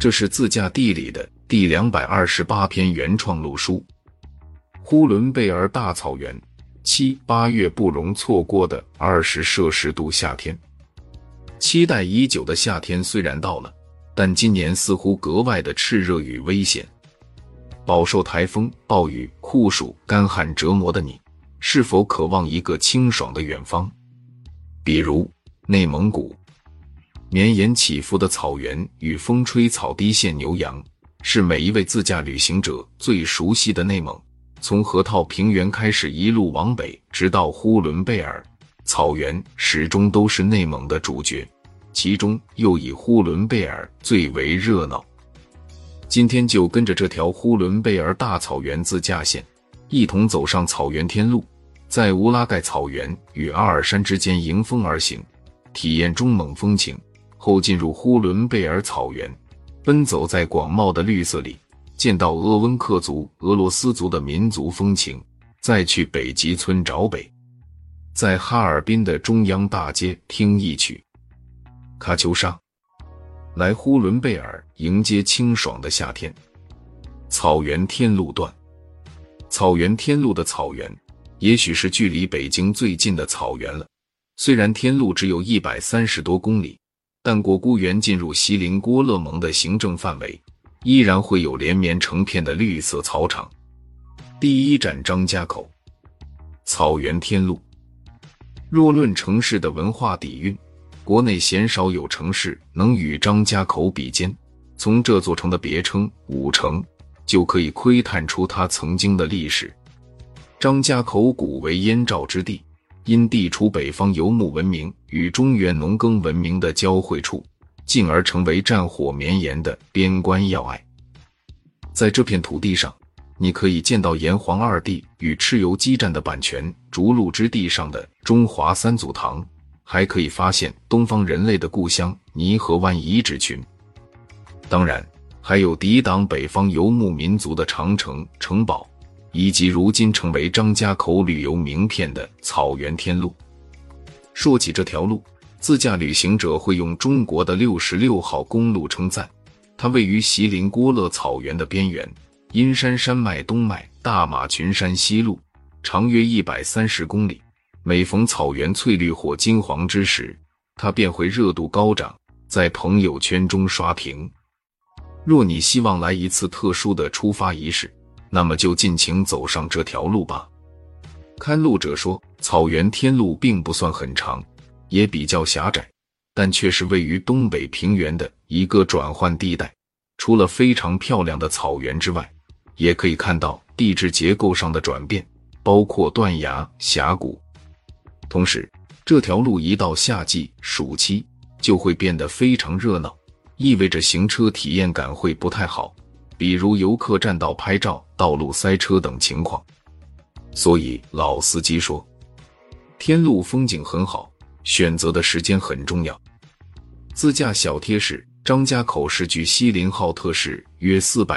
这是自驾地理的第228篇原创录书。呼伦贝尔大草原，7、8月不容错过的20°C夏天。期待已久的夏天虽然到了，但今年似乎格外的炽热与危险。饱受台风、暴雨、酷暑、干旱折磨的你，是否渴望一个清爽的远方？比如内蒙古。绵延起伏的草原与风吹草低见牛羊，是每一位自驾旅行者最熟悉的内蒙。从河套平原开始一路往北，直到呼伦贝尔，草原始终都是内蒙的主角，其中又以呼伦贝尔最为热闹。今天就跟着这条呼伦贝尔大草原自驾线，一同走上草原天路，在乌拉盖草原与阿尔山之间迎风而行，体验中蒙风情，后进入呼伦贝尔草原，奔走在广袤的绿色里，见到鄂温克族、俄罗斯族的民族风情，再去北极村找北，在哈尔滨的中央大街听一曲喀秋莎，来呼伦贝尔迎接清爽的夏天。草原天路段。草原天路的草原也许是距离北京最近的草原了，虽然天路只有130多公里，但果孤原进入锡林郭勒盟的行政范围，依然会有连绵成片的绿色草场。第一站张家口。草原天路。若论城市的文化底蕴，国内鲜少有城市能与张家口比肩，从这座城的别称武城就可以窥探出它曾经的历史。张家口古为燕赵之地，因地处北方游牧文明与中原农耕文明的交汇处，进而成为战火绵延的边关要隘。在这片土地上，你可以见到炎黄二帝与蚩尤激战的阪泉逐鹿之地上的中华三祖堂，还可以发现东方人类的故乡泥河湾遗址群。当然，还有抵挡北方游牧民族的长城、城堡，以及如今成为张家口旅游名片的草原天路。说起这条路，自驾旅行者会用中国的66号公路称赞，它位于锡林郭勒草原的边缘，阴山山脉东脉大马群山西路，长约130公里。每逢草原翠绿或金黄之时，它便会热度高涨，在朋友圈中刷屏。若你希望来一次特殊的出发仪式，那么就尽情走上这条路吧。看路者说，草原天路并不算很长，也比较狭窄，但却是位于东北平原的一个转换地带。除了非常漂亮的草原之外，也可以看到地质结构上的转变，包括断崖、峡谷。同时，这条路一到夏季、暑期就会变得非常热闹，意味着行车体验感会不太好，比如游客占道拍照、道路塞车等情况。所以老司机说，天路风景很好，选择的时间很重要。自驾小贴士：张家口市距锡林浩特市约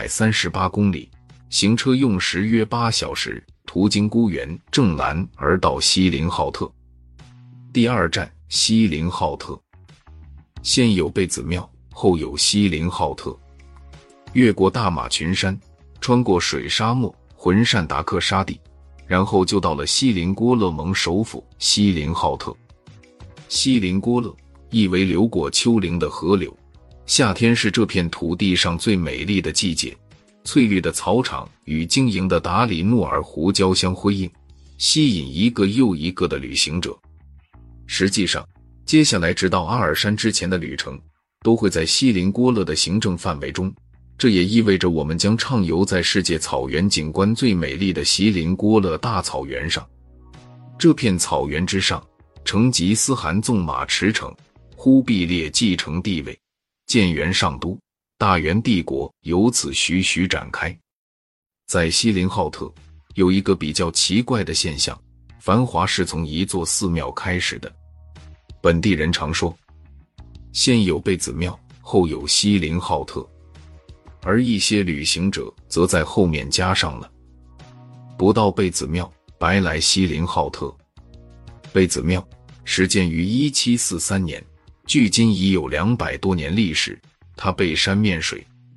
438公里，行车用时约8小时，途经孤原、正南而到锡林浩特。第二站锡林浩特。先有贝子庙，后有锡林浩特。越过大马群山，穿过水沙漠、浑善达克沙地，然后就到了锡林郭勒盟首府锡林浩特。锡林郭勒意为流过丘陵的河流，夏天是这片土地上最美丽的季节，翠绿的草场与晶莹的达里诺尔湖交相辉映，吸引一个又一个的旅行者。实际上，接下来直到阿尔山之前的旅程都会在锡林郭勒的行政范围中，这也意味着我们将畅游在世界草原景观最美丽的锡林郭勒大草原上。这片草原之上，成吉思汗纵马驰骋，忽必烈继承帝位，建元上都，大元帝国由此徐徐展开。在锡林浩特有一个比较奇怪的现象，繁华是从一座寺庙开始的。本地人常说，先有贝子庙，后有锡林浩特，而一些旅行者则在后面加上了不到贝子庙，白来锡林浩特。贝子庙始建于1743年，距今已有200多年历史，它背山面水，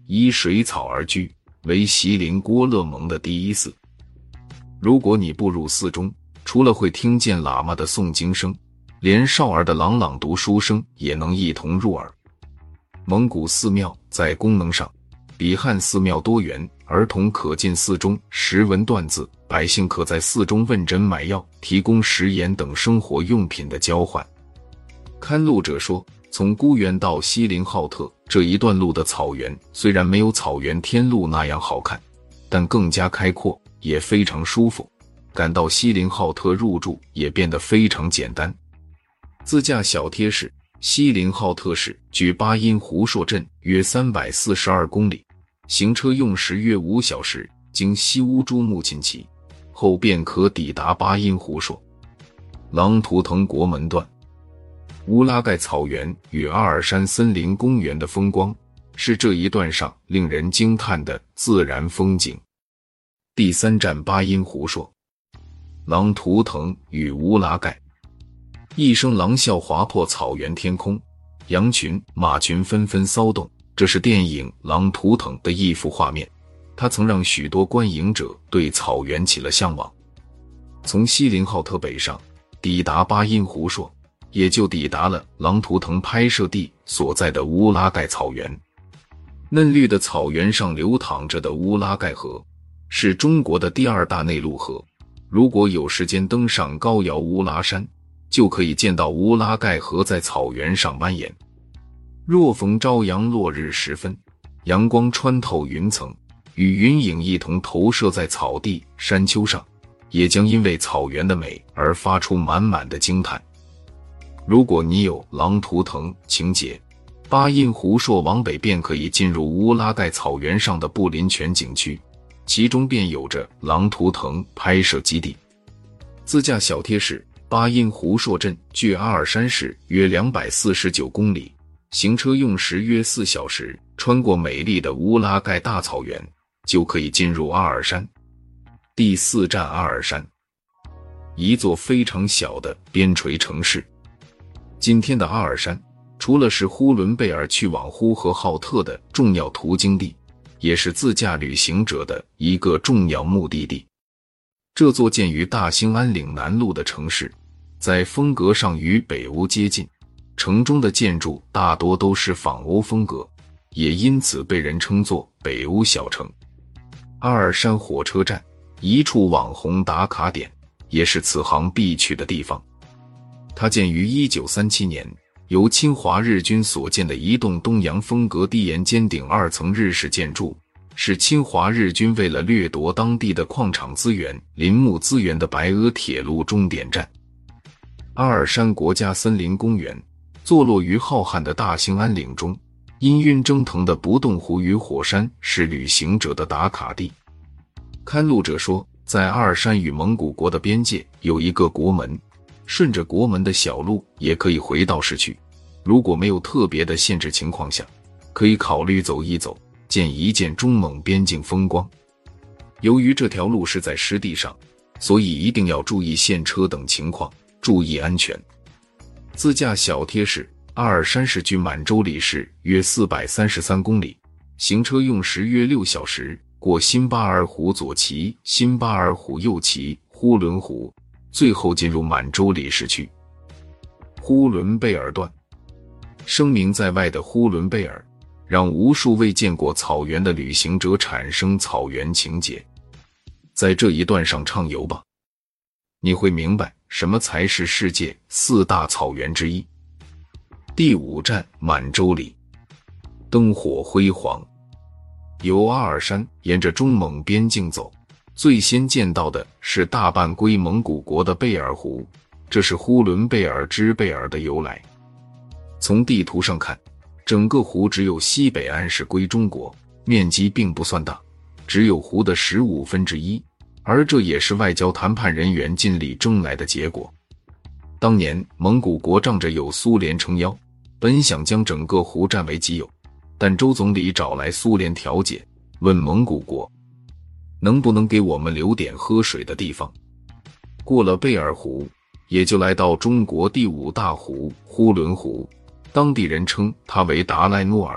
依水草而居，为锡林郭勒盟的第一寺。如果你步入寺中，除了会听见喇嘛的诵经声，连少儿的朗朗读书声也能一同入耳。蒙古寺庙在功能上比汉寺庙多元，儿童可进寺中识文断字，百姓可在寺中问诊买药，提供食盐等生活用品的交换。刊录者说，从孤原到锡林浩特这一段路的草原虽然没有草原天路那样好看，但更加开阔，也非常舒服。赶到锡林浩特入住也变得非常简单。自驾小贴士：锡林浩特市距巴音湖硕镇约342公里，行车用时约5小时，经西乌珠穆沁旗后便可抵达巴音湖硕。狼图腾国门段，乌拉盖草原与阿尔山森林公园的风光是这一段上令人惊叹的自然风景。第3站巴音湖硕，狼图腾与乌拉盖。一声狼啸划破草原天空，羊群、马群纷纷骚动，这是电影《狼图腾》的一幅画面，它曾让许多观影者对草原起了向往。从锡林浩特北上，抵达巴音湖硕，也就抵达了狼图腾拍摄地所在的乌拉盖草原。嫩绿的草原上流淌着的乌拉盖河，是中国的第2大内陆河。如果有时间登上高瑶乌拉山，就可以见到乌拉盖河在草原上蜿蜒。若逢朝阳落日时分，阳光穿透云层，与云影一同投射在草地、山丘上，也将因为草原的美而发出满满的惊叹。如果你有狼图腾情节，巴音湖硕往北便可以进入乌拉盖草原上的布林泉景区，其中便有着狼图腾拍摄基地。自驾小贴士：巴音湖硕镇距阿尔山市约249公里，行车用时约4小时，穿过美丽的乌拉盖大草原，就可以进入阿尔山。第4站阿尔山，一座非常小的边陲城市。今天的阿尔山，除了是呼伦贝尔去往呼和浩特的重要途经地，也是自驾旅行者的一个重要目的地。这座建于大兴安岭南麓的城市，在风格上与北欧接近，城中的建筑大多都是仿欧风格，也因此被人称作北欧小城。阿尔山火车站，一处网红打卡点，也是此行必去的地方。它建于1937年，由侵华日军所建的一栋东洋风格低檐尖顶2层日式建筑，是侵华日军为了掠夺当地的矿场资源、林木资源的白俄铁路终点站。阿尔山国家森林公园坐落于浩瀚的大兴安岭中，氤氲蒸腾的不动湖与火山是旅行者的打卡地。刊录者说，在阿尔山与蒙古国的边界有一个国门，顺着国门的小路也可以回到市区。如果没有特别的限制情况下，可以考虑走一走，见一见中蒙边境风光。由于这条路是在湿地上，所以一定要注意陷车等情况，注意安全。自驾小贴士：阿尔山市距满洲里市约433公里，行车用时约6小时，过新巴尔湖左旗、新巴尔湖右旗、呼伦湖，最后进入满洲里市区。呼伦贝尔段，声名在外的呼伦贝尔，让无数未见过草原的旅行者产生草原情结。在这一段上畅游吧，你会明白什么才是世界4大草原之一。第5站满洲里，灯火辉煌。由阿尔山沿着中蒙边境走，最先见到的是大半归蒙古国的贝尔湖，这是呼伦贝尔之贝尔的由来。从地图上看，整个湖只有西北岸是归中国，面积并不算大，只有湖的1/15，而这也是外交谈判人员尽力争来的结果。当年蒙古国仗着有苏联撑腰，本想将整个湖占为己有，但周总理找来苏联调解，问蒙古国能不能给我们留点喝水的地方。过了贝尔湖，也就来到中国第5大湖呼伦湖，当地人称它为达赖诺尔，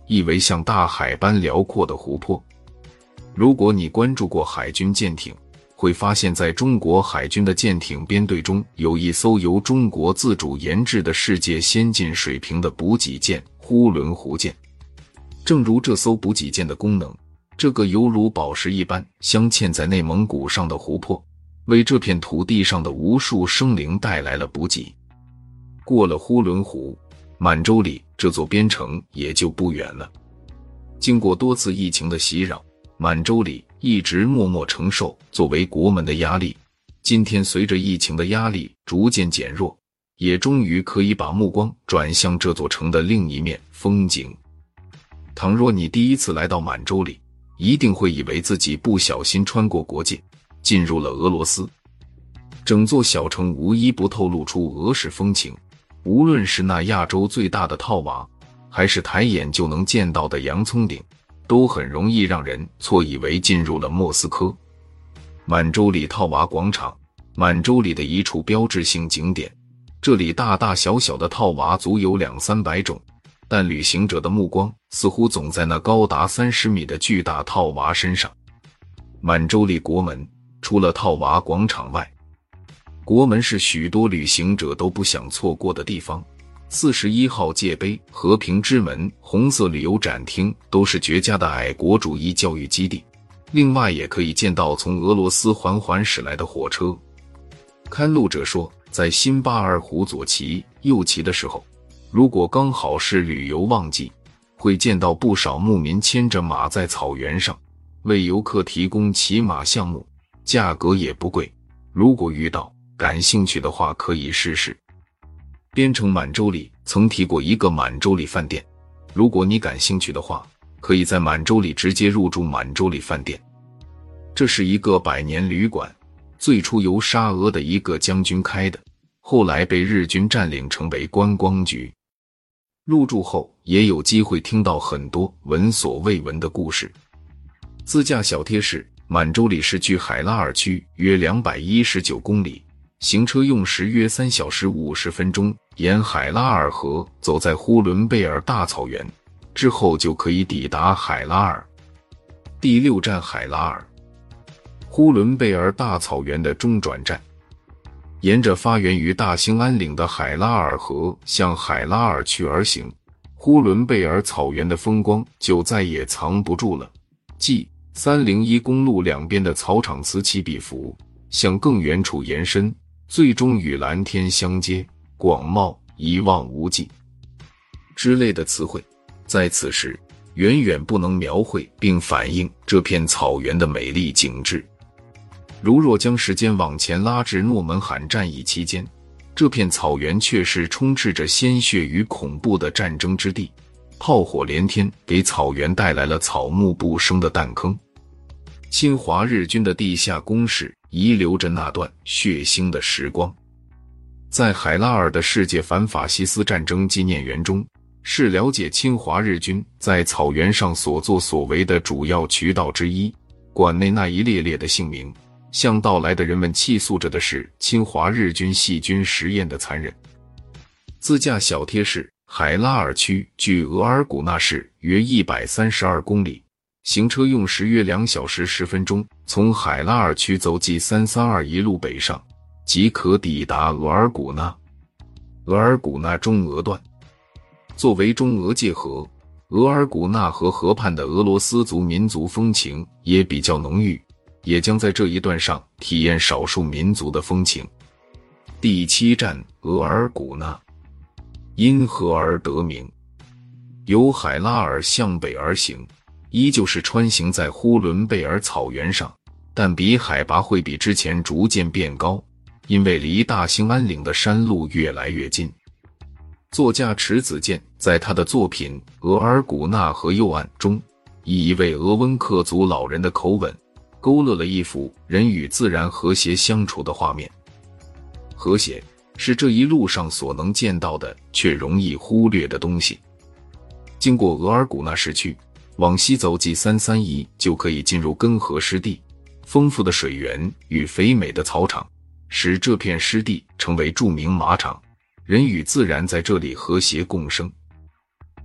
意为像大海般辽阔的湖泊。如果你关注过海军舰艇，会发现在中国海军的舰艇编队中有一艘由中国自主研制的世界先进水平的补给舰呼伦湖舰。正如这艘补给舰的功能，这个犹如宝石一般镶嵌在内蒙古上的湖泊，为这片土地上的无数生灵带来了补给。过了呼伦湖，满洲里这座边城也就不远了。经过多次疫情的袭扰，满洲里一直默默承受作为国门的压力，今天随着疫情的压力逐渐减弱，也终于可以把目光转向这座城的另一面风景。倘若你第一次来到满洲里，一定会以为自己不小心穿过国界，进入了俄罗斯。整座小城无一不透露出俄式风情，无论是那亚洲最大的套娃，还是抬眼就能见到的洋葱顶，都很容易让人错以为进入了莫斯科。满洲里套娃广场，满洲里的一处标志性景点，这里大大小小的套娃足有200-300种，但旅行者的目光似乎总在那高达30米的巨大套娃身上。满洲里国门除了套娃广场外，国门是许多旅行者都不想错过的地方。41号界碑、和平之门、红色旅游展厅都是绝佳的爱国主义教育基地。另外也可以见到从俄罗斯缓缓驶来的火车。看路者说，在新巴尔湖左骑右骑的时候，如果刚好是旅游旺季，会见到不少牧民牵着马在草原上，为游客提供骑马项目，价格也不贵。如果遇到感兴趣的话，可以试试。边城满洲里曾提过一个满洲里饭店，如果你感兴趣的话，可以在满洲里直接入住满洲里饭店。这是一个100年旅馆，最初由沙俄的一个将军开的，后来被日军占领成为观光局。入住后也有机会听到很多闻所未闻的故事。自驾小贴士：满洲里市距海拉尔区约219公里，行车用时约3小时50分钟，沿海拉尔河走在呼伦贝尔大草原之后就可以抵达海拉尔。第6站海拉尔，呼伦贝尔大草原的中转站。沿着发源于大兴安岭的海拉尔河向海拉尔区而行，呼伦贝尔草原的风光就再也藏不住了。即301公路两边的草场此起彼伏，向更远处延伸，最终与蓝天相接，广袤一望无际之类的词汇，在此时远远不能描绘并反映这片草原的美丽景致。如若将时间往前拉至诺门罕战役期间，这片草原却是充斥着鲜血与恐怖的战争之地，炮火连天，给草原带来了草木不生的弹坑。侵华日军的地下工事遗留着那段血腥的时光。在海拉尔的世界反法西斯战争纪念园中，是了解侵华日军在草原上所作所为的主要渠道之一。馆内那一列列的姓名，向到来的人们倾诉着的是侵华日军细菌实验的残忍。自驾小贴士：海拉尔区距额尔古纳市约132公里，行车用时约2小时10分钟，从海拉尔区走G332一路北上，即可抵达额尔古纳。额尔古纳中俄段，作为中俄界河，额尔古纳河河畔的俄罗斯族民族风情也比较浓郁，也将在这一段上体验少数民族的风情。第7站额尔古纳，因河而得名。由海拉尔向北而行，依旧是穿行在呼伦贝尔草原上，但海拔会比之前逐渐变高，因为离大兴安岭的山路越来越近。作家迟子建在他的作品《额尔古纳河右岸》中，以一位鄂温克族老人的口吻，勾勒了一幅人与自然和谐相处的画面。和谐是这一路上所能见到的却容易忽略的东西。经过额尔古纳市区，往西走G331就可以进入根河湿地，丰富的水源与肥美的草场，使这片湿地成为著名马场，人与自然在这里和谐共生。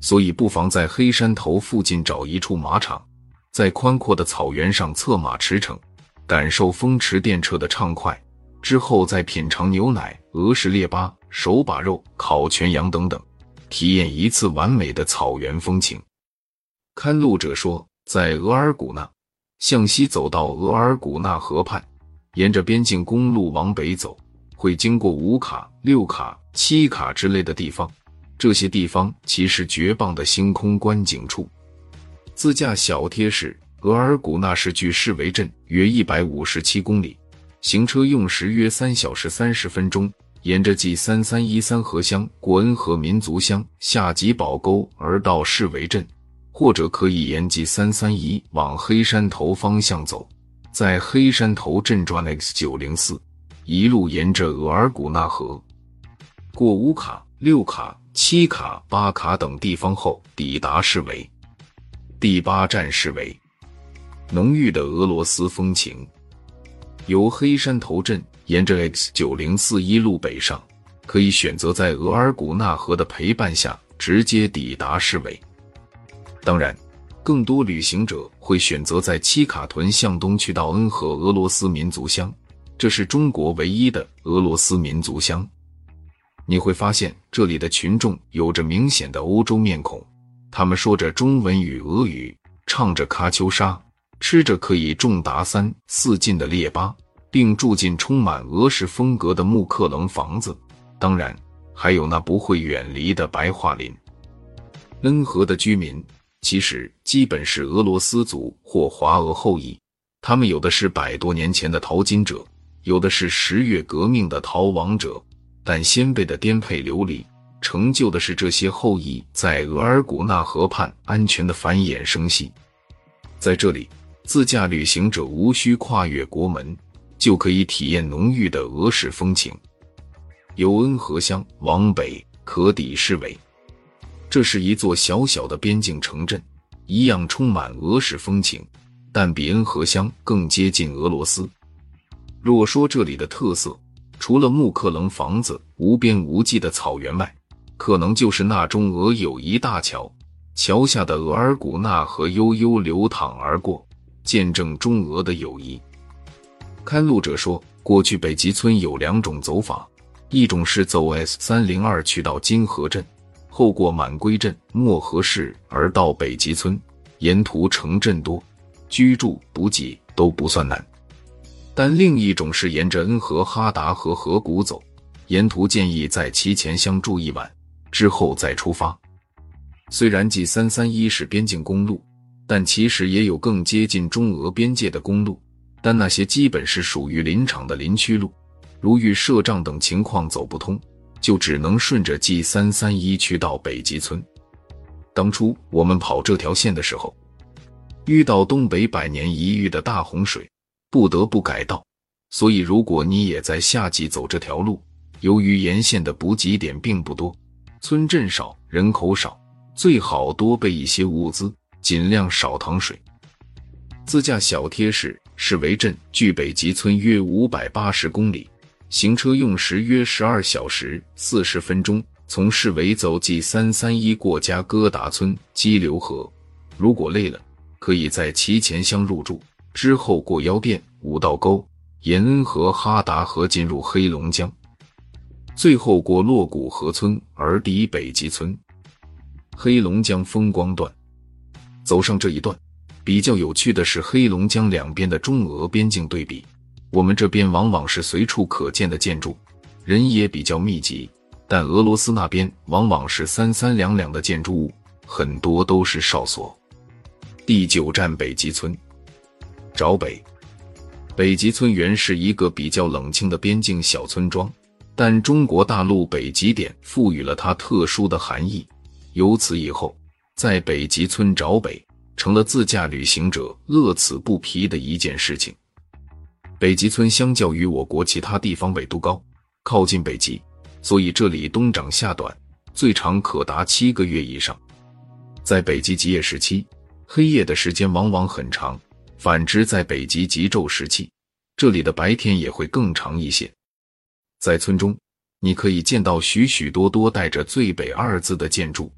所以不妨在黑山头附近找一处马场，在宽阔的草原上策马驰骋，感受风驰电掣的畅快，之后再品尝牛奶、俄式列巴、手把肉、烤全羊等等，体验一次完美的草原风情。刊录者说，在额尔古纳向西走到额尔古纳河畔，沿着边境公路往北走，会经过5卡、6卡、7卡之类的地方，这些地方其实绝棒的星空观景处。自驾小贴士：额尔古纳市距市维镇约157公里，行车用时约3小时30分钟，沿着 G3313 河乡过恩河民族乡下吉宝沟而到市维镇，或者可以沿 G331往黑山头方向走，在黑山头镇转 X904， 一路沿着额尔古纳河过5卡、6卡、7卡、8卡等地方后抵达市维。第8站市维，浓郁的俄罗斯风情。由黑山头镇沿着 X904 一路北上，可以选择在额尔古纳河的陪伴下直接抵达市维。当然，更多旅行者会选择在七卡屯向东去到恩和俄罗斯民族乡，这是中国唯一的俄罗斯民族乡。你会发现这里的群众有着明显的欧洲面孔，他们说着中文与俄语，唱着喀秋莎，吃着可以重达3、4斤的列巴，并住进充满俄式风格的木克棱房子，当然还有那不会远离的白桦林。恩和的居民其实基本是俄罗斯族或华俄后裔，他们有的是100多年前的淘金者，有的是10月革命的逃亡者，但先辈的颠沛流离成就的是这些后裔在额尔古纳河畔安全的繁衍生息。在这里，自驾旅行者无需跨越国门，就可以体验浓郁的俄式风情。由恩和乡往北可抵市维，这是一座小小的边境城镇，一样充满俄式风情，但比恩和乡更接近俄罗斯。若说这里的特色，除了木克棱房子、无边无际的草原外，可能就是那中俄有一大桥，桥下的额尔古纳河悠悠流淌而过，见证中俄的友谊。刊录者说，过去北极村有2种走法，一种是走 S302 去到金河镇，后过满归镇、漠河市而到北极村，沿途城镇多，居住补给都不算难。但另一种是沿着恩和哈达河河谷走，沿途建议在其前乡住1晚，之后再出发。虽然 G331 是边境公路，但其实也有更接近中俄边界的公路，但那些基本是属于林场的林区路，如遇设障等情况走不通，就只能顺着 G331 去到北极村。当初我们跑这条线的时候，遇到东北100年一遇的大洪水，不得不改道，所以如果你也在夏季走这条路，由于沿线的补给点并不多，村镇少，人口少，最好多备一些物资，尽量少淌水。自驾小贴士：市维镇距北极村约580公里，行车用时约12小时40分钟，从市维走 G331 过加戈达村、激流河，如果累了，可以在其前乡入住，之后过腰店、五道沟，沿恩河哈达河进入黑龙江，最后过洛古河村而抵北极村。黑龙江风光段，走上这一段，比较有趣的是黑龙江两边的中俄边境对比。我们这边往往是随处可见的建筑，人也比较密集，但俄罗斯那边往往是三三两两的建筑物，很多都是哨所。第9站北极村。找北。北极村原是一个比较冷清的边境小村庄，但中国大陆北极点赋予了它特殊的含义，由此以后，在北极村找北成了自驾旅行者乐此不疲的一件事情。北极村相较于我国其他地方纬度高，靠近北极，所以这里冬长夏短，最长可达7个月以上。在北极极夜时期，黑夜的时间往往很长，反之在北极极昼时期，这里的白天也会更长一些。在村中，你可以见到许许多多带着最北2字的建筑，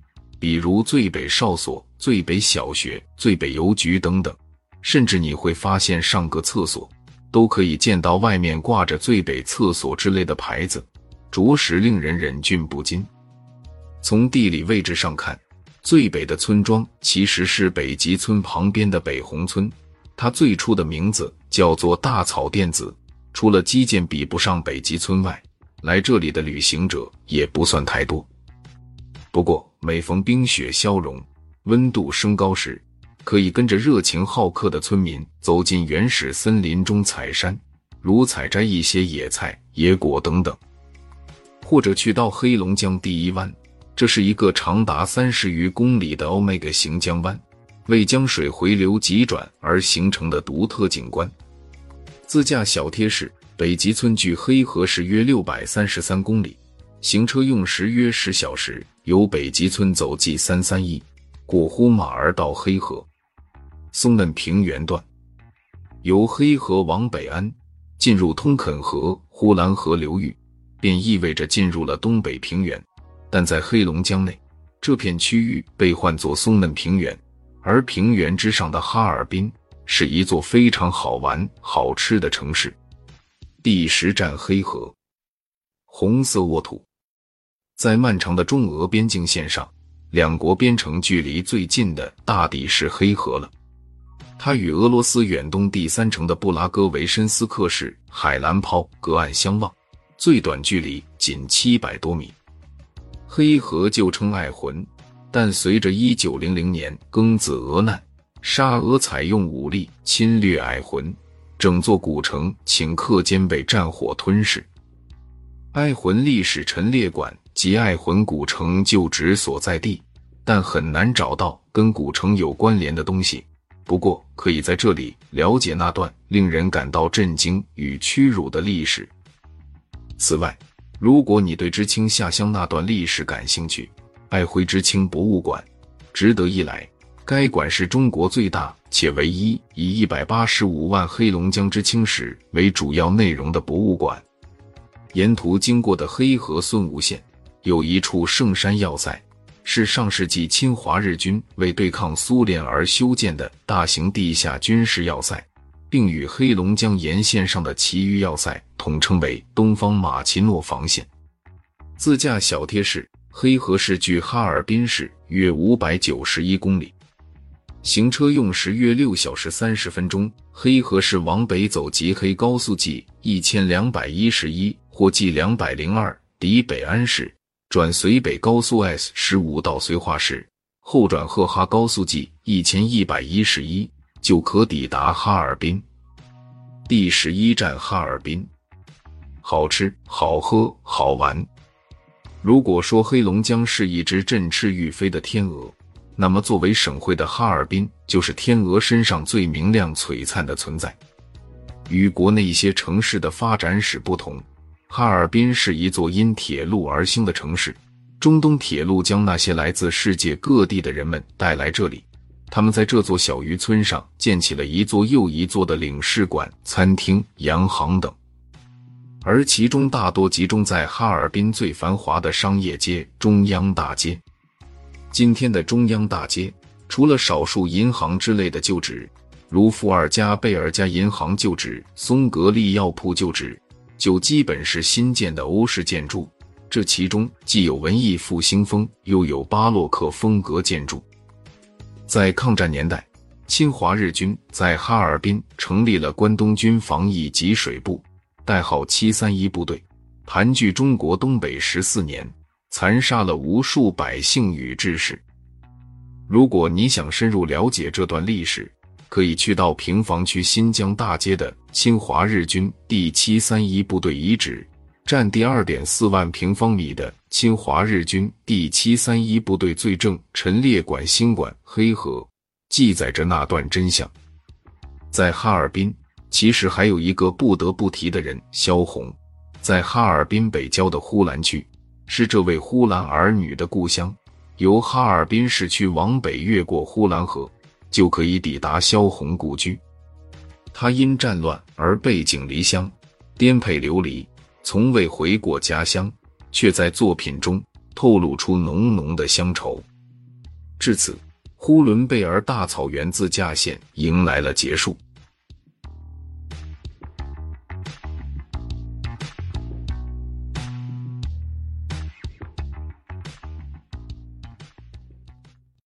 比如最北哨所、最北小学、最北邮局等等，甚至你会发现上个厕所都可以见到外面挂着最北厕所之类的牌子，着实令人忍俊不禁。从地理位置上看，最北的村庄其实是北极村旁边的北红村，它最初的名字叫做大草甸子。除了基建比不上北极村外，来这里的旅行者也不算太多。不过每逢冰雪消融，温度升高时，可以跟着热情好客的村民走进原始森林中采山，如采摘一些野菜、野果等等。或者去到黑龙江第一湾，这是一个长达30余公里的 Omega 型江湾，为江水回流急转而形成的独特景观。自驾小贴士：北极村距黑河市约633公里，行车用时约10小时，由北极村走 G331，过呼马儿到黑河。松嫩平原段由黑河往北安，进入通肯河、呼兰河流域，便意味着进入了东北平原。但在黑龙江内，这片区域被唤作松嫩平原，而平原之上的哈尔滨是一座非常好玩、好吃的城市。第10站黑河，红色沃土。在漫长的中俄边境线上，两国边城距离最近的大抵是黑河了。它与俄罗斯远东第3城的布拉戈维申斯克市海兰抛隔岸相望，最短距离仅700多米。黑河旧称爱浑，但随着1900年庚子俄难，沙俄采用武力侵略爱浑，整座古城顷刻间被战火吞噬。爱浑历史陈列馆及爱浑古城旧址所在地，但很难找到跟古城有关联的东西。不过可以在这里了解那段令人感到震惊与屈辱的历史。此外，如果你对知青下乡那段历史感兴趣，爱徽知青博物馆值得一来。该馆是中国最大且唯一以185万黑龙江知青史为主要内容的博物馆。沿途经过的黑河孙吴县有一处圣山要塞，是上世纪侵华日军为对抗苏联而修建的大型地下军事要塞，并与黑龙江沿线上的其余要塞统称为东方马奇诺防线。自驾小贴士：黑河市距哈尔滨市约591公里，行车用时约6小时30分钟。黑河市往北走极黑高速 G1211 或 G202 抵北安市，转绥北高速 S15 到绥化市，后转赫哈高速 G1111 就可抵达哈尔滨。第11站哈尔滨，好吃、好喝、好玩。如果说黑龙江是一只振翅欲飞的天鹅，那么作为省会的哈尔滨就是天鹅身上最明亮璀璨的存在。与国内一些城市的发展史不同，哈尔滨是一座因铁路而兴的城市。中东铁路将那些来自世界各地的人们带来这里，他们在这座小渔村上建起了一座又一座的领事馆、餐厅、洋行等，而其中大多集中在哈尔滨最繁华的商业街中央大街。今天的中央大街，除了少数银行之类的旧址，如富尔加贝尔加银行旧址、松格利药铺旧址，就基本是新建的欧式建筑。这其中既有文艺复兴风，又有巴洛克风格建筑。在抗战年代，侵华日军在哈尔滨成立了关东军防疫及水部，代号731部队，盘踞中国东北14年，残杀了无数百姓与志士。如果你想深入了解这段历史，可以去到平房区新疆大街的侵华日军第731部队遗址，占地 2.4 万平方米的侵华日军第731部队罪证陈列馆新馆黑河，记载着那段真相。在哈尔滨，其实还有一个不得不提的人，萧红。在哈尔滨北郊的呼兰区，是这位呼兰儿女的故乡。由哈尔滨市区往北越过呼兰河，就可以抵达萧红故居。他因战乱而背井离乡，颠沛流离，从未回过家乡，却在作品中透露出浓浓的乡愁。 至此，呼伦贝尔大草原自驾线迎来了结束。